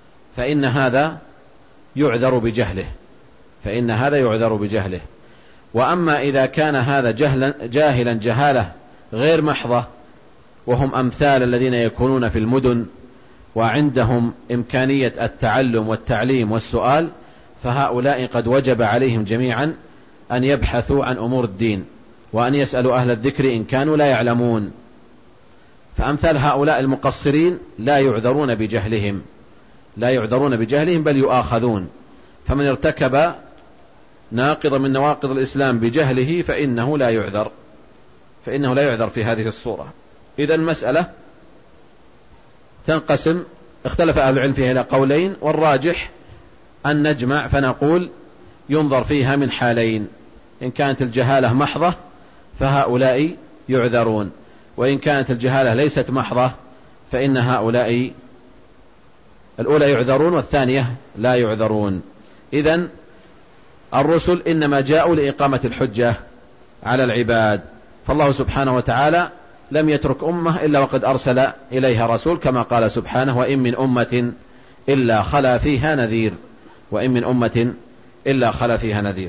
فإن هذا يعذر بجهله، وأما إذا كان هذا جاهلا جهالة غير محضة، وهم أمثال الذين يكونون في المدن وعندهم إمكانية التعلم والتعليم والسؤال، فهؤلاء قد وجب عليهم جميعا أن يبحثوا عن أمور الدين وأن يسألوا أهل الذكر إن كانوا لا يعلمون. فأمثال هؤلاء المقصرين لا يعذرون بجهلهم بل يؤاخذون. فمن ارتكب ناقض من نواقض الإسلام بجهله فإنه لا يعذر في هذه الصورة. إذا المسألة تنقسم، اختلف أهل العلم فيها إلى قولين، والراجح أن نجمع فنقول ينظر فيها من حالين: إن كانت الجهالة محضة فهؤلاء يعذرون، وإن كانت الجهالة ليست محضة فإن هؤلاء الأولى يعذرون والثانية لا يعذرون. إذن الرسل إنما جاءوا لإقامة الحجة على العباد، فالله سبحانه وتعالى لم يترك أمة إلا وقد أرسل إليها رسول، كما قال سبحانه: وإن من أمة إلا خلا فيها نذير.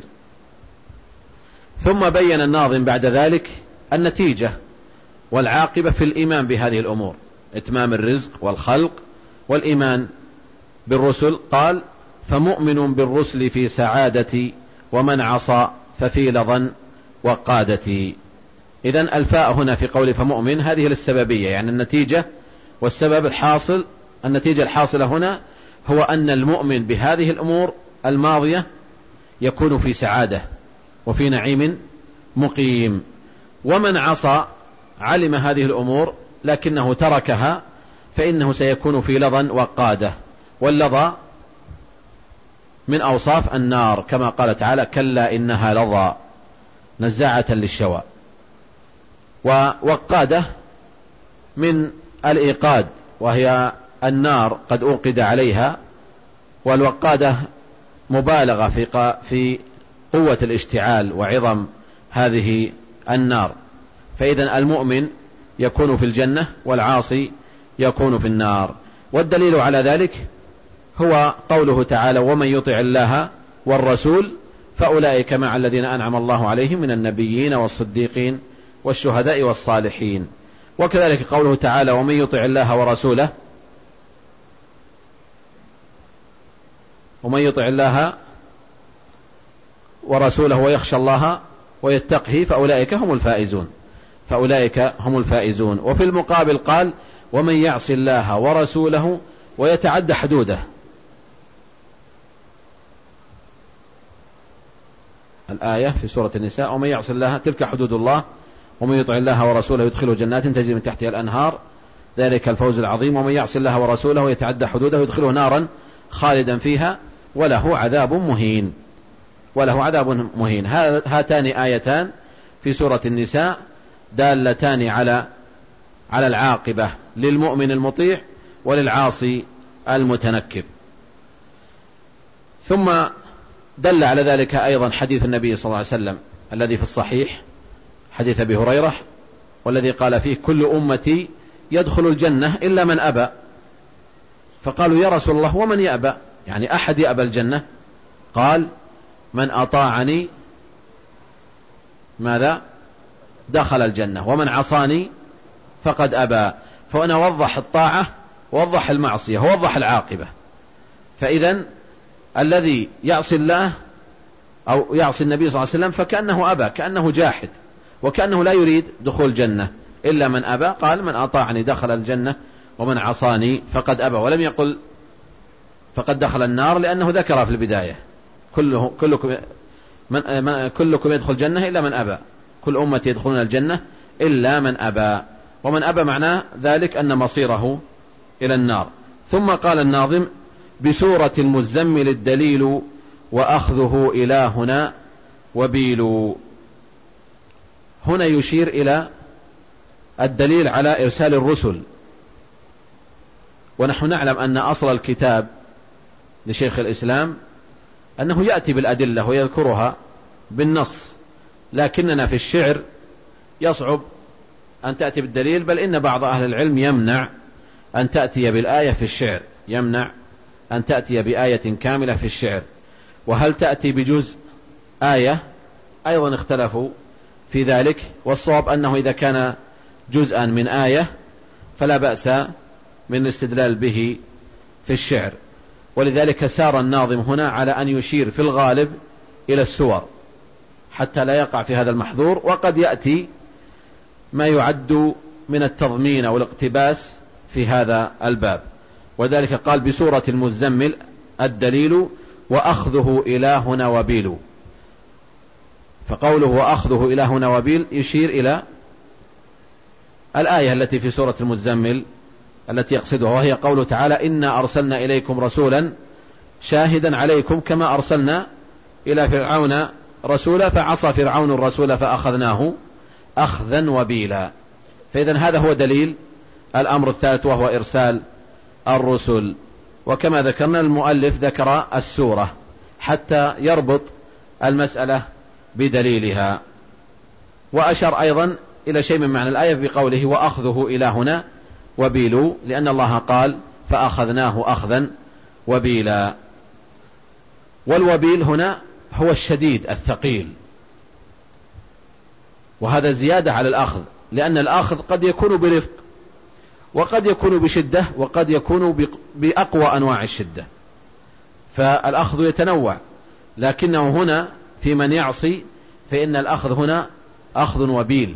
ثم بين الناظم بعد ذلك النتيجة والعاقبة في الإيمان بهذه الأمور: إتمام الرزق والخلق والإيمان بالرسل. قال: فمؤمن بالرسل في سعادتي، ومن عصى ففي لظى وقادتي. إذن الفاء هنا في قول فمؤمن هذه للسببية، يعني النتيجة والسبب الحاصل. النتيجة الحاصلة هنا هو أن المؤمن بهذه الأمور الماضية يكون في سعادة وفي نعيم مقيم، ومن عصى علم هذه الأمور لكنه تركها فإنه سيكون في لظى وقادة. واللظى من أوصاف النار، كما قال تعالى: كلا إنها لظى نزاعة للشوى. ووقادة من الإيقاد، وهي النار قد أوقد عليها، والوقادة مبالغة في قوة الاشتعال وعظم هذه النار. فإذا المؤمن يكون في الجنة والعاصي يكون في النار. والدليل على ذلك هو قوله تعالى: ومن يطع الله والرسول فأولئك مع الذين أنعم الله عليهم من النبيين والصديقين والشهداء والصالحين. وكذلك قوله تعالى: ومن يطع الله ورسوله ويخشى الله ويتقه فأولئك هم الفائزون. وفي المقابل قال: ومن يعص الله ورسوله ويتعدى حدوده. الآية في سورة النساء: ومن يعص الله، تلك حدود الله، ومن يطع الله ورسوله يدخله جنات تجري من تحتها الأنهار ذلك الفوز العظيم، ومن يعص الله ورسوله ويتعدى حدوده يدخله نارا خالدا فيها وله عذاب مهين. هاتان آيتان في سورة النساء دالتان على العاقبة للمؤمن المطيع وللعاصي المتنكب. ثم دل على ذلك أيضا حديث النبي صلى الله عليه وسلم الذي في الصحيح، حديث أبي هريرة، والذي قال فيه: كل أمتي يدخل الجنة إلا من أبى. فقالوا: يا رسول الله ومن يأبى؟ يعني أحد يأبى الجنة؟ قال: من أطاعني ماذا؟ دخل الجنة، ومن عصاني فقد أبى. فأنا وضح الطاعة ووضح المعصية ووضح العاقبة. فإذا الذي يعصي الله أو يعصي النبي صلى الله عليه وسلم فكأنه أبى، كأنه جاحد، وكأنه لا يريد دخول الجنة. إلا من أبى قال: من أطاعني دخل الجنة ومن عصاني فقد أبى، ولم يقل فقد دخل النار، لأنه ذكر في البداية: كلكم يدخل الجنة إلا من أبى، كل أمتي يدخلون الجنة إلا من أبى. ومن أبى معناه ذلك أن مصيره إلى النار. ثم قال الناظم: بسورة المزمل الدليل، وأخذه إلهنا وبيل. هنا يشير إلى الدليل على إرسال الرسل. ونحن نعلم أن أصل الكتاب لشيخ الإسلام أنه يأتي بالأدلة ويذكرها بالنص، لكننا في الشعر يصعب أن تأتي بالدليل، بل إن بعض أهل العلم يمنع أن تأتي بالآية في الشعر، يمنع أن تأتي بآية كاملة في الشعر. وهل تأتي بجزء آية أيضا اختلفوا في ذلك، والصواب أنه إذا كان جزءا من آية فلا بأس من الاستدلال به في الشعر. ولذلك سار الناظم هنا على أن يشير في الغالب إلى السور حتى لا يقع في هذا المحظور، وقد يأتي ما يعد من التضمين أو الاقتباس في هذا الباب. وذلك قال بسورة المزمل الدليل وأخذه إلهنا وبيل. فقوله وأخذه إلهنا وبيل يشير إلى الآية التي في سورة المزمل التي يقصدها، وهي قوله تعالى إنا أرسلنا إليكم رسولا شاهدا عليكم كما أرسلنا إلى فرعون رسولا فعصى فرعون الرسول فأخذناه أخذا وبيلا. فإذا هذا هو دليل الأمر الثالث وهو إرسال الرسل. وكما ذكرنا المؤلف ذكر السورة حتى يربط المسألة بدليلها، وأشار أيضا إلى شيء من معنى الآية بقوله وأخذه إلهنا وبيل، لأن الله قال فأخذناه أخذا وبيلا. والوبيل هنا هو الشديد الثقيل، وهذا زيادة على الأخذ، لأن الأخذ قد يكون برفق وقد يكون بشدة وقد يكون بأقوى أنواع الشدة، فالأخذ يتنوع. لكنه هنا في من يعصي فإن الأخذ هنا أخذ وبيل،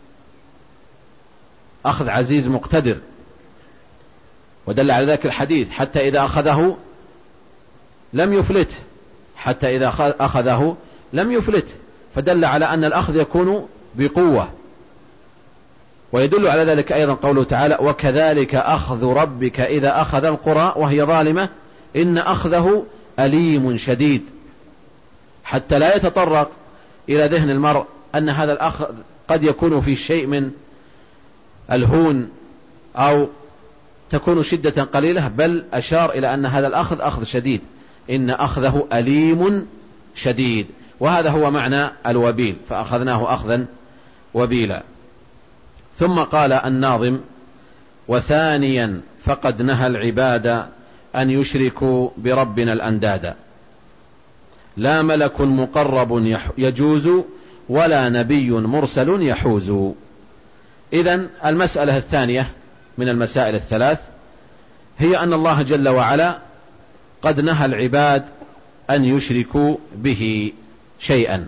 أخذ عزيز مقتدر. ودل على ذلك الحديث حتى إذا أخذه لم يفلته، حتى إذا أخذه لم يفلته، فدل على أن الأخذ يكون بقوة. ويدل على ذلك أيضا قوله تعالى وكذلك أخذ ربك إذا أخذ القرى وهي ظالمة إن أخذه أليم شديد، حتى لا يتطرق إلى ذهن المرء أن هذا الأخذ قد يكون في شيء من الهون أو تكون شدة قليلة، بل أشار إلى أن هذا الأخذ أخذ شديد، إن أخذه أليم شديد. وهذا هو معنى الوبيل، فأخذناه أخذا وبيلا. ثم قال الناظم وثانيا فقد نهى العباد أن يشركوا بربنا الأندادا، لا ملك مقرب يجوز ولا نبي مرسل يحوز. إذن المسألة الثانية من المسائل الثلاث هي أن الله جل وعلا قد نهى العباد أن يشركوا به شيئا.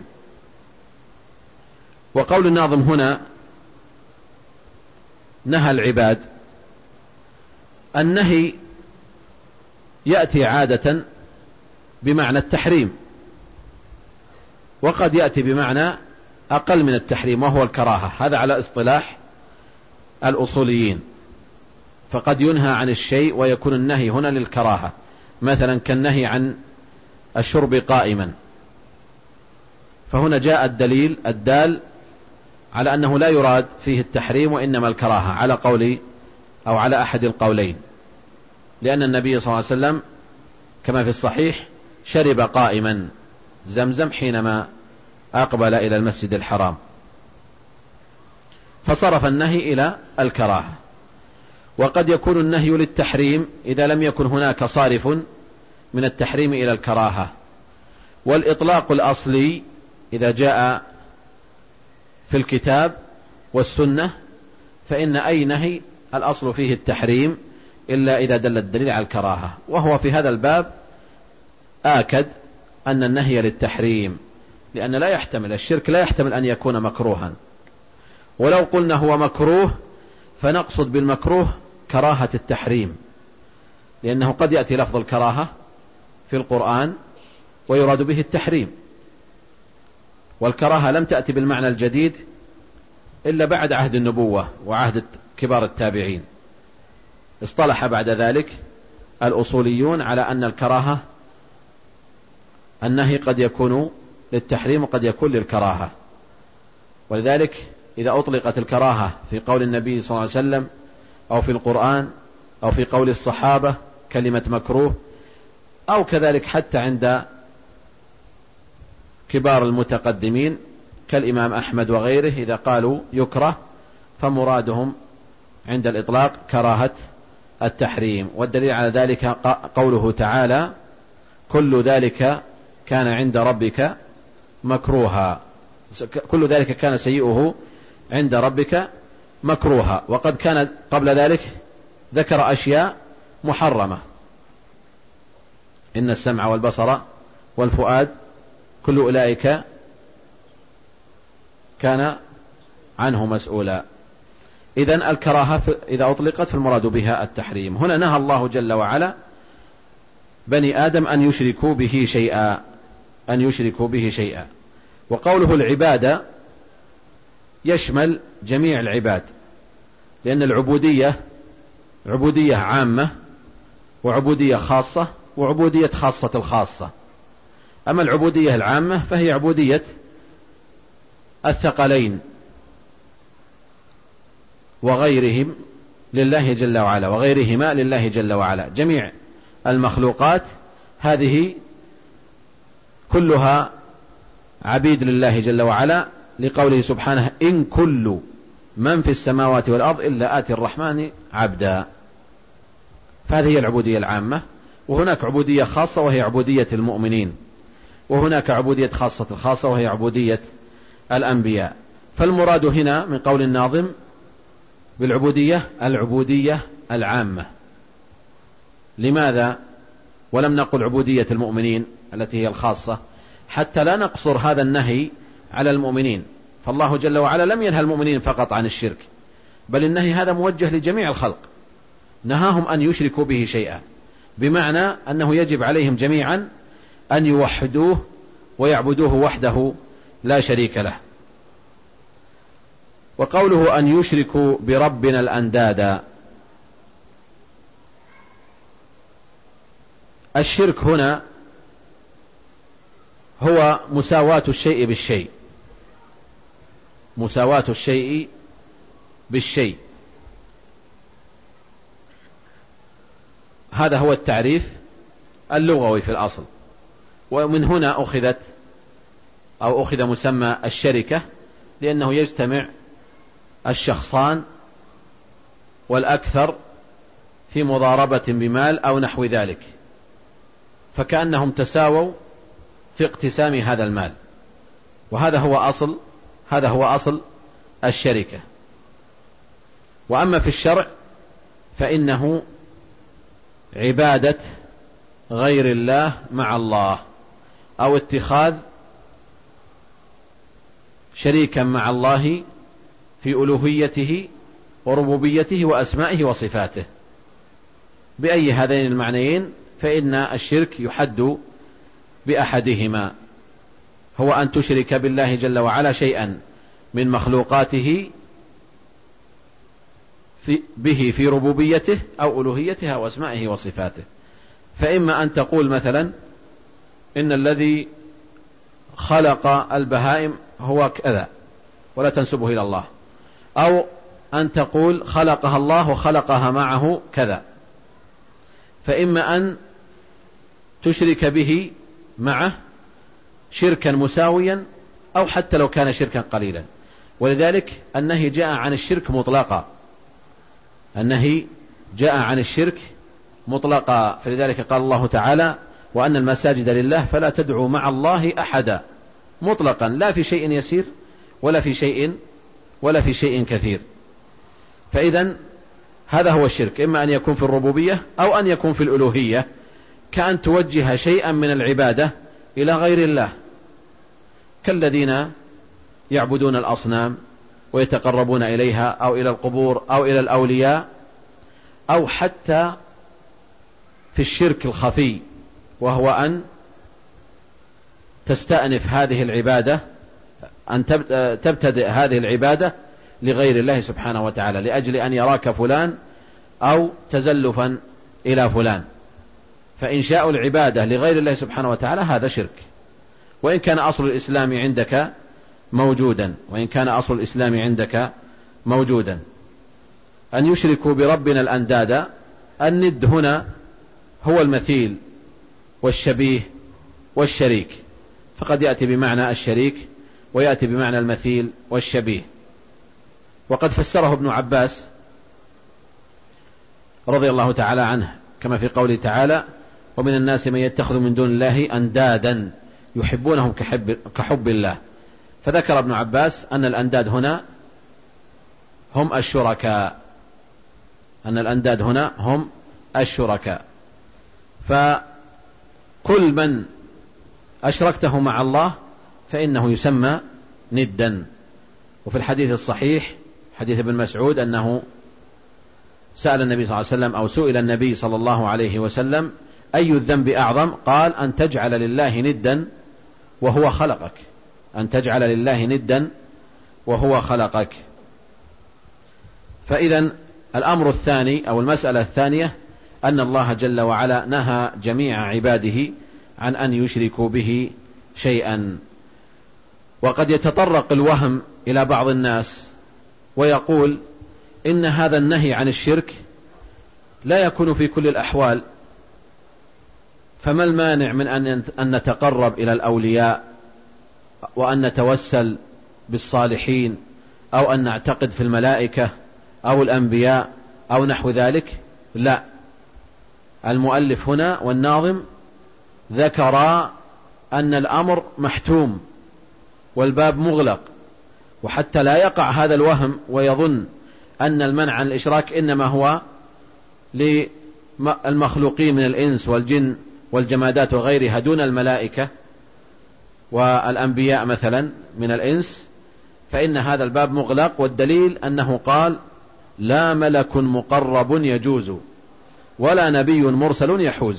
وقول الناظم هنا نهى العباد، النهي يأتي عادة بمعنى التحريم، وقد يأتي بمعنى أقل من التحريم وهو الكراهة، هذا على اصطلاح الأصوليين. فقد ينهى عن الشيء ويكون النهي هنا للكراهة، مثلا كالنهي عن الشرب قائما، فهنا جاء الدليل الدال على أنه لا يراد فيه التحريم وإنما الكراهة على قول أو على أحد القولين، لأن النبي صلى الله عليه وسلم كما في الصحيح شرب قائما زمزم حينما أقبل إلى المسجد الحرام، فصرف النهي إلى الكراهة. وقد يكون النهي للتحريم إذا لم يكن هناك صارف من التحريم إلى الكراهة. والإطلاق الأصلي إذا جاء في الكتاب والسنة فإن أي نهي الأصل فيه التحريم إلا إذا دل الدليل على الكراهة، وهو في هذا الباب آكد أن النهي للتحريم، لأن لا يحتمل الشرك لا يحتمل أن يكون مكروها. ولو قلنا هو مكروه فنقصد بالمكروه كراهة التحريم، لأنه قد يأتي لفظ الكراهة في القرآن ويراد به التحريم، والكراهة لم تأتي بالمعنى الجديد إلا بعد عهد النبوة وعهد كبار التابعين. اصطلح بعد ذلك الأصوليون على أن الكراهة النهي قد يكون للتحريم وقد يكون للكراهة، ولذلك إذا أطلقت الكراهة في قول النبي صلى الله عليه وسلم أو في القرآن أو في قول الصحابة كلمة مكروه، أو كذلك حتى عند كبار المتقدمين كالإمام أحمد وغيره إذا قالوا يكره فمرادهم عند الإطلاق كراهة التحريم. والدليل على ذلك قوله تعالى كل ذلك كان عند ربك مكروها، كل ذلك كان سيئه عند ربك مكروها. وقد كان قبل ذلك ذكر أشياء محرمة: إن السمع والبصر والفؤاد كل أولئك كان عنه مسؤولا. إذن الكراهة إذا أطلقت فالمراد بها التحريم. هنا نهى الله جل وعلا بني آدم أن يشركوا به شيئا، وقوله العبادة يشمل جميع العباد، لأن العبودية عبودية عامة وعبودية خاصة وعبودية خاصة الخاصة. أما العبودية العامة فهي عبودية الثقلين وغيرهم لله جل وعلا، وغيرهما لله جل وعلا. جميع المخلوقات هذه كلها عبيد لله جل وعلا، لقوله سبحانه: إن كل من في السماوات والأرض إلا آتي الرحمن عبدا. فهذه هي العبودية العامة. وهناك عبودية خاصة وهي عبودية المؤمنين، وهناك عبودية خاصة الخاصة وهي عبودية الأنبياء. فالمراد هنا من قول الناظم بالعبودية العبودية العامة. لماذا ولم نقل عبودية المؤمنين التي هي الخاصة؟ حتى لا نقصر هذا النهي على المؤمنين، فالله جل وعلا لم ينهى المؤمنين فقط عن الشرك، بل النهي هذا موجه لجميع الخلق، نهاهم أن يشركوا به شيئا، بمعنى أنه يجب عليهم جميعا أن يوحدوه ويعبدوه وحده لا شريك له. وقوله أن يشركوا بربنا الأندادا، الشرك هنا هو مساواة الشيء بالشيء، مساواة الشيء بالشيء. هذا هو التعريف اللغوي في الأصل. ومن هنا أخذ مسمى الشركة، لأنه يجتمع الشخصان والأكثر في مضاربة بمال أو نحو ذلك، فكأنهم تساووا في اقتسام هذا المال، وهذا هو أصل الشركة. وأما في الشرع فإنه عبادة غير الله مع الله، أو اتخاذ شريكا مع الله في ألوهيته وربوبيته وأسمائه وصفاته. بأي هذين المعنيين فإن الشرك يحد بأحدهما، هو أن تشرك بالله جل وعلا شيئا من مخلوقاته به في ربوبيته أو ألوهيته أو أسمائه وصفاته. فإما أن تقول مثلا إن الذي خلق البهائم هو كذا ولا تنسبه إلى الله، أو أن تقول خلقها الله وخلقها معه كذا. فإما أن تشرك به معه شركا مساويا، أو حتى لو كان شركا قليلا. ولذلك النهي جاء عن الشرك مطلقا، النهي جاء عن الشرك مطلقا. فلذلك قال الله تعالى: وأن المساجد لله فلا تدعوا مع الله أحدا، مطلقا، لا في شيء يسير ولا في شيء كثير. فإذا هذا هو الشرك، إما أن يكون في الربوبية أو أن يكون في الألوهية، كأن توجه شيئا من العبادة إلى غير الله، كالذين يعبدون الأصنام ويتقربون إليها، أو إلى القبور أو إلى الأولياء، أو حتى في الشرك الخفي، وهو أن تستأنف هذه العبادة، أن تبتدئ هذه العبادة لغير الله سبحانه وتعالى، لأجل أن يراك فلان أو تزلفا إلى فلان. فإنشاء العبادة لغير الله سبحانه وتعالى هذا شرك، وإن كان أصل الإسلام عندك موجودا. أن يشركوا بربنا الأندادا، الند هنا هو المثيل والشبيه والشريك، فقد يأتي بمعنى الشريك ويأتي بمعنى المثيل والشبيه. وقد فسره ابن عباس رضي الله تعالى عنه كما في قوله تعالى: ومن الناس من يتخذ من دون الله أندادا يحبونهم كحب الله. فذكر ابن عباس أن الأنداد هنا هم الشركاء، أن الأنداد هنا هم الشركاء. فكل من أشركته مع الله فإنه يسمى ندا. وفي الحديث الصحيح حديث ابن مسعود أنه سأل النبي صلى الله عليه وسلم أو سئل النبي صلى الله عليه وسلم أي الذنب أعظم؟ قال أن تجعل لله ندا وهو خلقك، أن تجعل لله ندا وهو خلقك. فإذا الأمر الثاني أو المسألة الثانية أن الله جل وعلا نهى جميع عباده عن أن يشركوا به شيئا. وقد يتطرق الوهم إلى بعض الناس ويقول إن هذا النهي عن الشرك لا يكون في كل الأحوال، فما المانع من أن نتقرب إلى الأولياء وأن نتوسل بالصالحين أو أن نعتقد في الملائكة أو الأنبياء أو نحو ذلك؟ لا، المؤلف هنا والناظم ذكر أن الأمر محتوم والباب مغلق، وحتى لا يقع هذا الوهم ويظن أن المنع عن الإشراك إنما هو للمخلوقين من الإنس والجن والجمادات وغيرها دون الملائكة والأنبياء مثلا من الإنس، فإن هذا الباب مغلق. والدليل أنه قال لا ملك مقرب يجوز ولا نبي مرسل يحوز.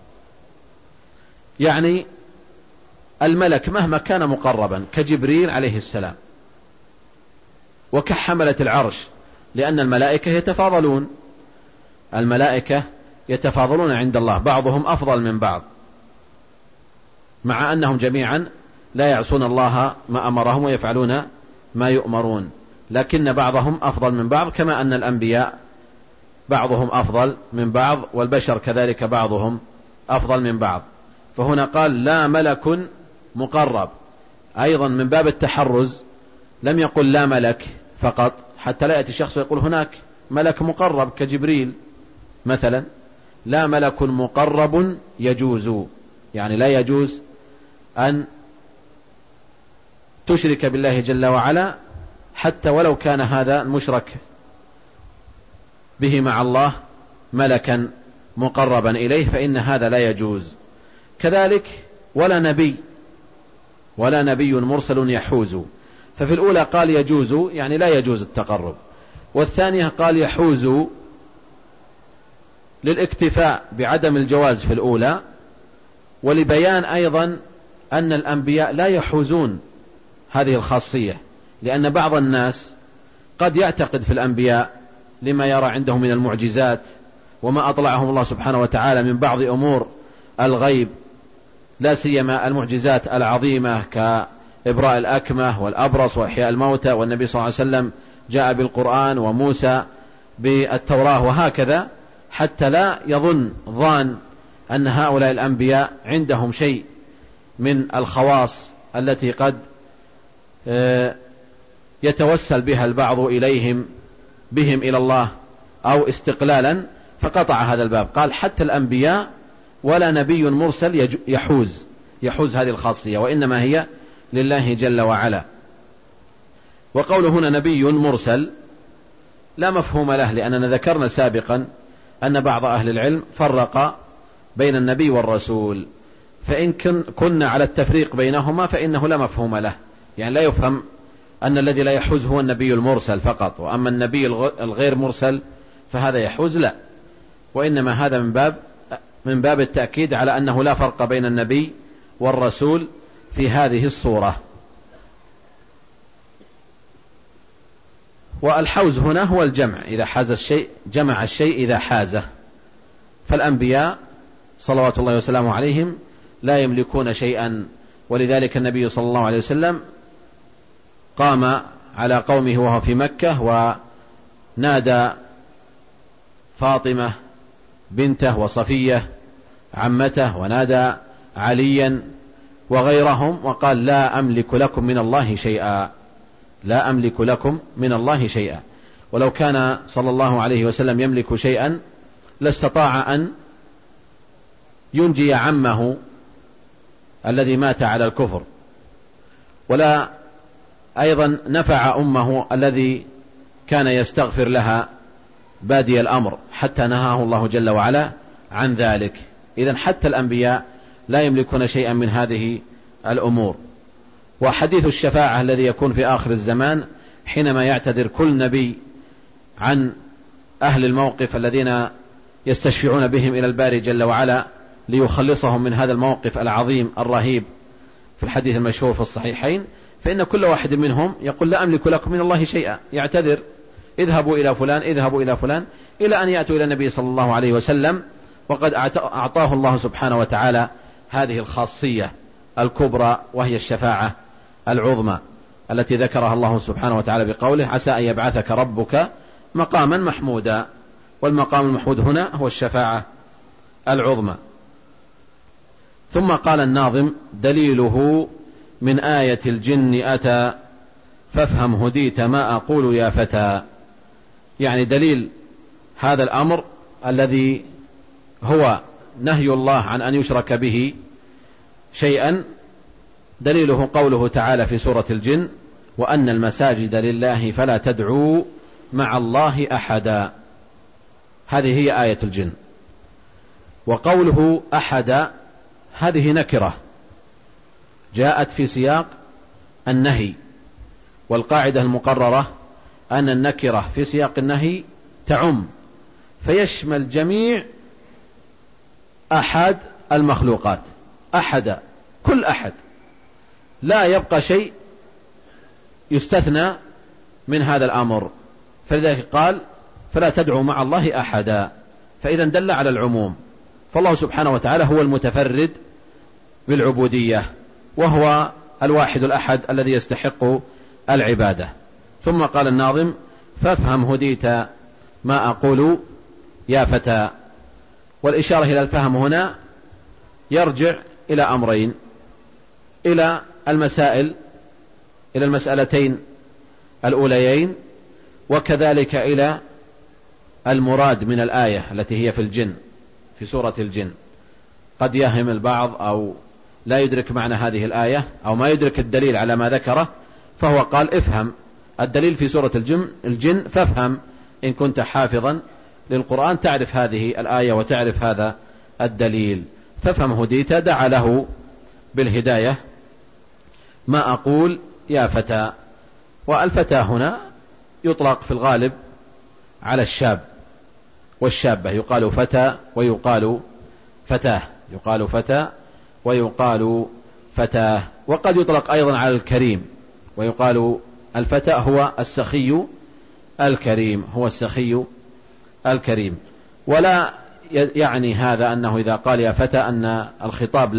يعني الملك مهما كان مقربا كجبريل عليه السلام وكحملة العرش، لأن الملائكة يتفاضلون عند الله، بعضهم أفضل من بعض، مع أنهم جميعا لا يعصون الله ما أمرهم ويفعلون ما يؤمرون، لكن بعضهم أفضل من بعض، كما أن الأنبياء بعضهم أفضل من بعض والبشر كذلك بعضهم أفضل من بعض. فهنا قال لا ملك مقرب، أيضا من باب التحرز لم يقل لا ملك فقط، حتى لا يأتي شخص ويقول هناك ملك مقرب كجبريل مثلا. لا ملك مقرب يجوز، يعني لا يجوز أن تشرك بالله جل وعلا حتى ولو كان هذا المشرك به مع الله ملكا مقربا إليه، فإن هذا لا يجوز. كذلك ولا نبي مرسل يحوز. ففي الأولى قال يجوز يعني لا يجوز التقرب، والثانية قال يحوز للاكتفاء بعدم الجواز في الأولى، ولبيان أيضا أن الأنبياء لا يحوزون هذه الخاصية، لأن بعض الناس قد يعتقد في الأنبياء لما يرى عنده من المعجزات وما أطلعهم الله سبحانه وتعالى من بعض أمور الغيب، لا سيما المعجزات العظيمة كإبراء الأكمة والأبرص وإحياء الموتى، والنبي صلى الله عليه وسلم جاء بالقرآن وموسى بالتوراة وهكذا، حتى لا يظن ظان أن هؤلاء الأنبياء عندهم شيء من الخواص التي قد يتوسل بها البعض بهم إلى الله أو استقلالا، فقطع هذا الباب. قال حتى الأنبياء ولا نبي مرسل يحوز هذه الخاصية، وإنما هي لله جل وعلا. وقوله هنا نبي مرسل لا مفهوم له، لأننا ذكرنا سابقا أن بعض أهل العلم فرق بين النبي والرسول، فإن كنا على التفريق بينهما فإنه لا مفهوم له، يعني لا يفهم أن الذي لا يحوز هو النبي المرسل فقط، وأما النبي الغير مرسل فهذا يحوز، لا، وإنما هذا من باب التأكيد على أنه لا فرق بين النبي والرسول في هذه الصورة. والحوز هنا هو الجمع، إذا حاز الشيء جمع الشيء إذا حازه، فالأنبياء صلوات الله وسلامه عليهم لا يملكون شيئا، ولذلك النبي صلى الله عليه وسلم قام على قومه وهو في مكة ونادى فاطمة بنته وصفية عمته ونادى عليا وغيرهم وقال لا أملك لكم من الله شيئا، لا أملك لكم من الله شيئا. ولو كان صلى الله عليه وسلم يملك شيئا لاستطاع أن ينجي عمه الذي مات على الكفر، ولا أيضا نفع أمه الذي كان يستغفر لها بادي الأمر حتى نهاه الله جل وعلا عن ذلك. إذن حتى الأنبياء لا يملكون شيئا من هذه الأمور. وحديث الشفاعة الذي يكون في آخر الزمان حينما يعتذر كل نبي عن أهل الموقف الذين يستشفعون بهم إلى الباري جل وعلا ليخلصهم من هذا الموقف العظيم الرهيب في الحديث المشهور في الصحيحين، فإن كل واحد منهم يقول لا أملك لكم من الله شيئا، يعتذر اذهبوا إلى فلان اذهبوا إلى فلان، إلى أن يأتوا إلى النبي صلى الله عليه وسلم وقد أعطاه الله سبحانه وتعالى هذه الخاصية الكبرى وهي الشفاعة العظمى التي ذكرها الله سبحانه وتعالى بقوله عسى أن يبعثك ربك مقاما محمودا. والمقام المحمود هنا هو الشفاعة العظمى. ثم قال الناظم دليله من آية الجن أتى فافهم هديت ما أقول يا فتى. يعني دليل هذا الأمر الذي هو نهي الله عن أن يشرك به شيئا، دليله قوله تعالى في سورة الجن وأن المساجد لله فلا تدعوا مع الله أحدا. هذه هي آية الجن. وقوله أحدا هذه نكرة جاءت في سياق النهي، والقاعدة المقررة أن النكرة في سياق النهي تعم فيشمل جميع أحد المخلوقات، أحد كل أحد، لا يبقى شيء يستثنى من هذا الأمر. فلذلك قال فلا تدعوا مع الله أحدا، فإذا دل على العموم. فالله سبحانه وتعالى هو المتفرد بالعبودية وهو الواحد الأحد الذي يستحق العبادة. ثم قال الناظم فافهم هديت ما أقول يا فتى. والإشارة إلى الفهم هنا يرجع إلى أمرين، إلى المسألتين الأوليين، وكذلك إلى المراد من الآية التي هي في الجن في سورة الجن. قد يهم البعض أو لا يدرك معنى هذه الآية أو ما يدرك الدليل على ما ذكره، فهو قال افهم الدليل في سورة الجن فافهم إن كنت حافظا للقرآن تعرف هذه الآية وتعرف هذا الدليل. فافهم هديت دعا له بالهداية ما أقول يا فتى. والفتى هنا يطلق في الغالب على الشاب والشابة، يقال فتى ويقال فتاه، يقال فتى ويقال فتاه. وقد يطلق أيضا على الكريم ويقال الفتى هو السخي الكريم، هو السخي الكريم. ولا يعني هذا أنه إذا قال يا فتى أن الخطاب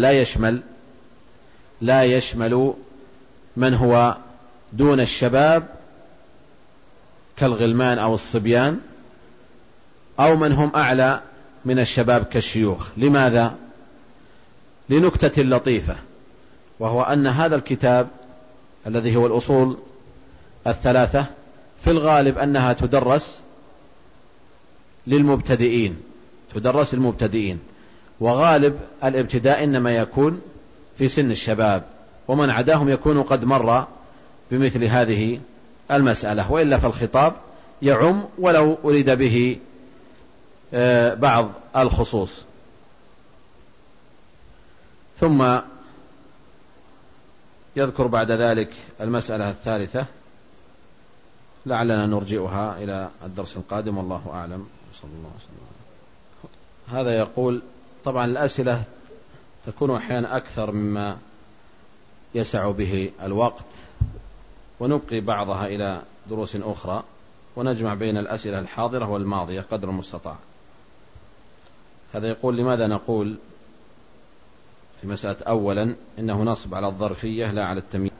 لا يشمل من هو دون الشباب كالغلمان أو الصبيان أو من هم أعلى من الشباب كالشيوخ. لماذا؟ لنكتة لطيفة، وهو أن هذا الكتاب الذي هو الأصول الثلاثة في الغالب أنها تدرس للمبتدئين، وغالب الابتداء إنما يكون في سن الشباب، ومن عداهم يكون قد مر بمثل هذه المسألة، وإلا فالخطاب يعم ولو أريد به بعض الخصوص. ثم يذكر بعد ذلك المسألة الثالثة لعلنا نرجئها إلى الدرس القادم والله أعلم. صلى الله عليه وسلم. هذا يقول طبعا الأسئلة تكون أحيانا أكثر مما يسع به الوقت، ونبقي بعضها إلى دروس أخرى ونجمع بين الأسئلة الحاضرة والماضية قدر المستطاع. هذا يقول لماذا نقول في مسألة أولا إنه نصب على الظرفية لا على التمييز؟